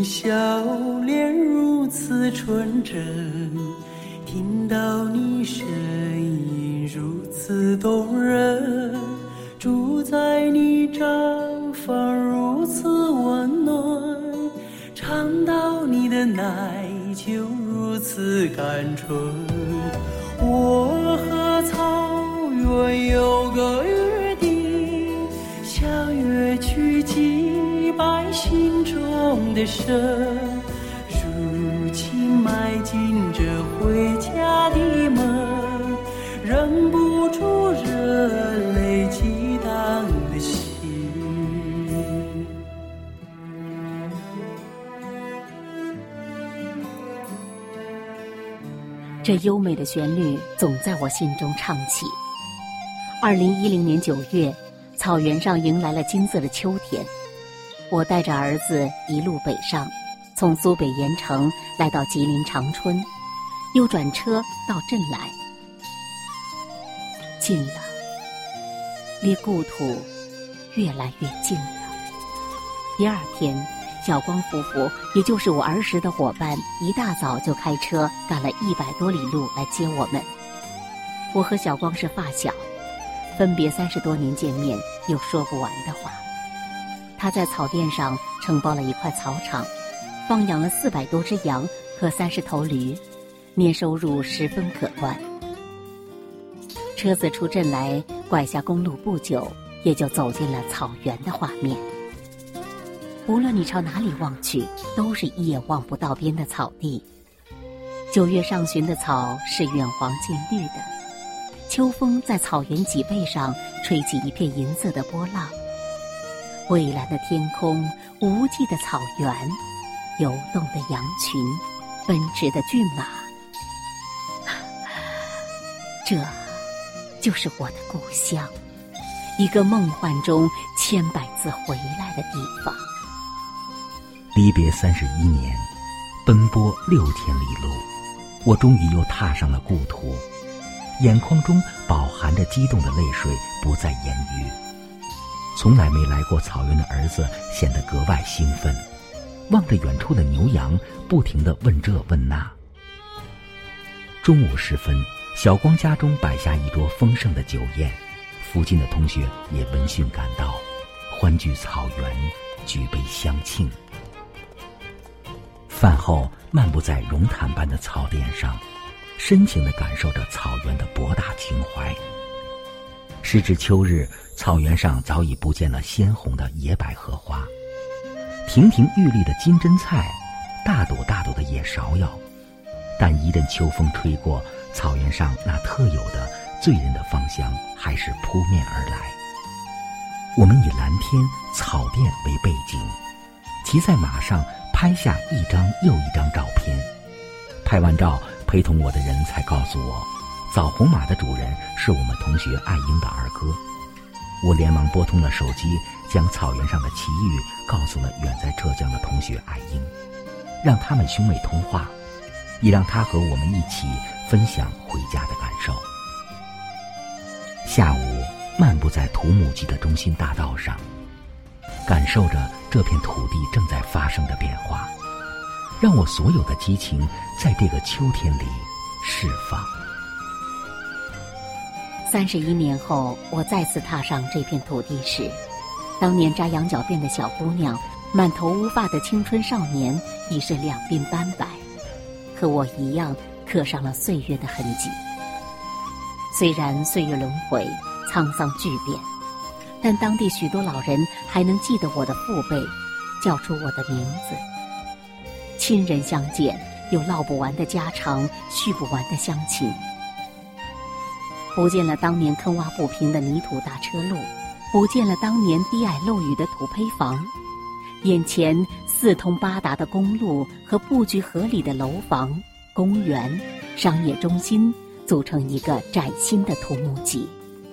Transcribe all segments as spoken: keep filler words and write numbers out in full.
笑脸如此纯真，听到你声音如此动人，住在你毡房如此温暖，尝到你的奶酒如此甘醇。我和草原有个约定，相约去祭拜心中的神，如今迈进这回家的门，忍不住热泪激荡的心。 这优美的旋律总在我心中唱起。二零一零年九月，草原上迎来了金色的秋天。我带着儿子一路北上，从苏北盐城来到吉林长春，又转车到镇来。近了，离故土越来越近了。第二天，小光夫妇，也就是我儿时的伙伴，一大早就开车赶了一百多里路来接我们。我和小光是发小，分别三十多年见面，有说不完的话。他在草甸上承包了一块草场，放养了四百多只羊和三十头驴，年收入十分可观。车子出镇来，拐下公路不久，也就走进了草原的画面。无论你朝哪里望去，都是一眼望不到边的草地。九月上旬的草是远黄渐绿的，秋风在草原脊背上吹起一片银色的波浪。蔚蓝的天空，无际的草原，游动的羊群，奔驰的骏马，这就是我的故乡，一个梦幻中千百次回来的地方。 离别三十一年，奔波六千里路，我终于又踏上了故土，眼眶中饱含着激动的泪水不再言喻。从来没来过草原的儿子显得格外兴奋，望着远处的牛羊，不停地问这问那。中午时分，小光家中摆下一桌丰盛的酒宴，附近的同学也闻讯赶到，欢聚草原，举杯相庆。饭后漫步在绒毯般的草甸上，深情地感受着草原的博大情怀。时至秋日，草原上早已不见了鲜红的野百合花，亭亭玉立的金针菜，大朵大朵的野芍药，但一阵秋风吹过，草原上那特有的醉人的芳香还是扑面而来。我们以蓝天草甸为背景，骑在马上拍下一张又一张照片。拍完照，陪同我的人才告诉我，枣红马的主人是我们同学爱英的二哥。我连忙拨通了手机，将草原上的奇遇告诉了远在浙江的同学爱英，让他们兄妹通话，也让他和我们一起分享回家的感受。下午漫步在土木集的中心大道上，感受着这片土地正在发生的变化，让我所有的激情在这个秋天里释放。 三十一年后，我再次踏上这片土地时，当年扎羊角辫的小姑娘，满头乌发的青春少年，已是两鬓斑白，和我一样刻上了岁月的痕迹。虽然岁月轮回，沧桑巨变，但当地许多老人还能记得我的父辈，叫出我的名字。亲人相见，有唠不完的家常，叙不完的乡情。不见了当年坑洼不平的泥土大车路，不见了当年低矮漏雨的土坯房，眼前四通八达的公路和布局合理的楼房、公园、商业中心，组成一个崭新的土木集。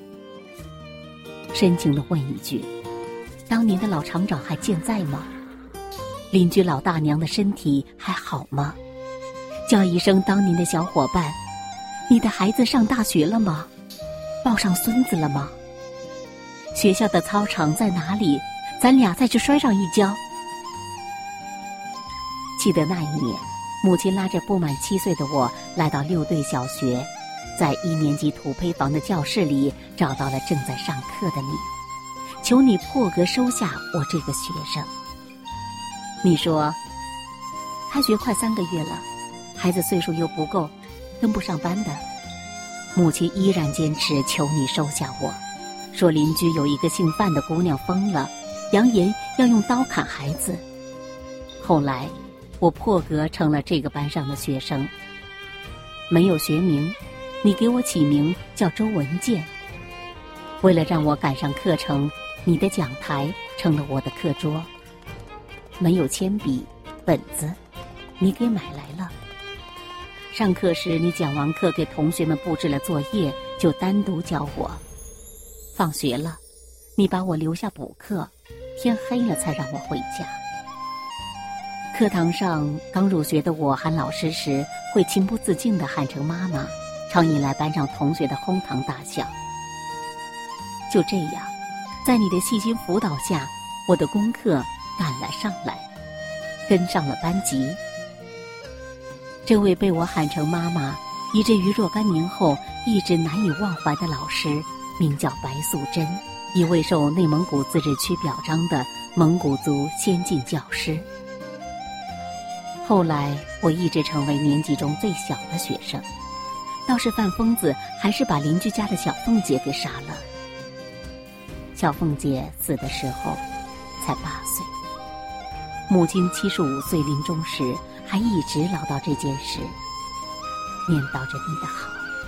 深情地问一句，当年的老厂长还健在吗？邻居老大娘的身体还好吗？叫一声当年的小伙伴，你的孩子上大学了吗？抱上孙子了吗？学校的操场在哪里？咱俩再去摔上一跤。 记得那一年，母亲拉着不满七岁的我来到六队小学，在一年级土坯房的教室里找到了正在上课的你，求你破格收下我这个学生。你说，开学快三个月了，孩子岁数又不够，跟不上班的。母亲依然坚持求你收下我，说邻居有一个姓范的姑娘疯了，扬言要用刀砍孩子。后来我破格成了这个班上的学生，没有学名，你给我起名叫周文健。为了让我赶上课程，你的讲台成了我的课桌。没有铅笔本子，你给买来了。上课时你讲完课给同学们布置了作业，就单独教我。放学了，你把我留下补课，天黑了才让我回家。课堂上刚入学的我喊老师时，会情不自禁地喊成妈妈，常引来班上同学的哄堂大笑。就这样，在你的细心辅导下，我的功课赶了上来，跟上了班级。这位被我喊成妈妈，以至于若干年后一直难以忘怀的老师，名叫白素贞，一位受内蒙古自治区表彰的蒙古族先进教师。后来我一直成为年级中最小的学生，倒是犯疯子还是把邻居家的小凤姐给杀了。小凤姐死的时候才八岁，母亲七十五岁临终时还一直唠叨这件事，念叨着你的好。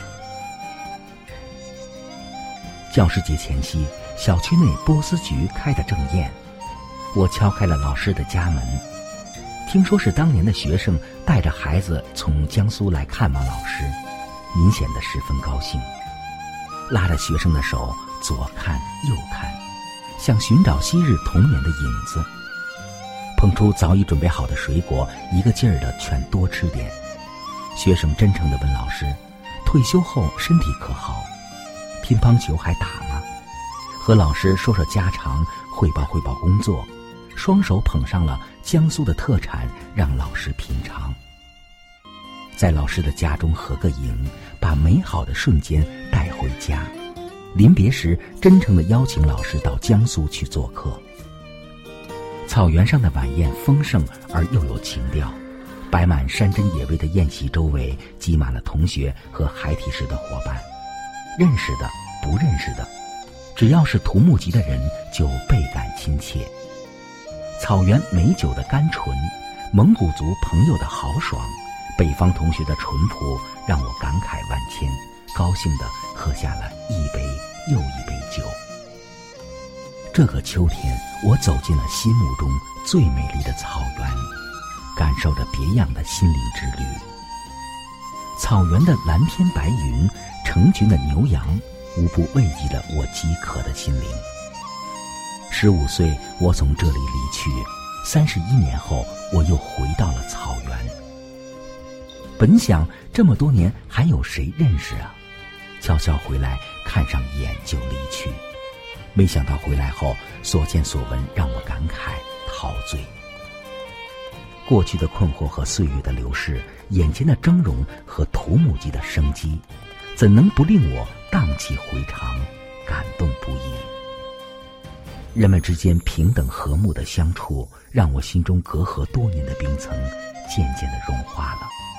教师节前夕，小区内波斯菊开得正艳，我敲开了老师的家门，听说是当年的学生带着孩子从江苏来看望老师，您显得十分高兴，拉着学生的手左看右看，想寻找昔日童年的影子。捧出早已准备好的水果，一个劲儿的全多吃点。学生真诚地问老师，退休后身体可好？乒乓球还打吗？和老师说说家常，汇报汇报工作，双手捧上了江苏的特产，让老师品尝。在老师的家中合个影，把美好的瞬间带回家。临别时，真诚地邀请老师到江苏去做客。草原上的晚宴丰盛而又有情调，摆满山珍野味的宴席周围挤满了同学和孩提时的伙伴，认识的不认识的，只要是土木籍的人就倍感亲切。草原美酒的甘醇，蒙古族朋友的豪爽，北方同学的淳朴，让我感慨万千，高兴地喝下了一杯又一杯酒。这个秋天，我走进了心目中最美丽的草原，感受着别样的心灵之旅。草原的蓝天白云，成群的牛羊，无不慰藉了我饥渴的心灵。十五岁，我从这里离去，三十一年后，我又回到了草原。本想这么多年还有谁认识啊？悄悄回来，看上眼就离去。没想到回来后，所见所闻让我感慨陶醉。过去的困惑和岁月的流逝，眼前的峥嵘和土母鸡的生机，怎能不令我荡气回肠，感动不已？人们之间平等和睦的相处，让我心中隔阂多年的冰层渐渐地融化了。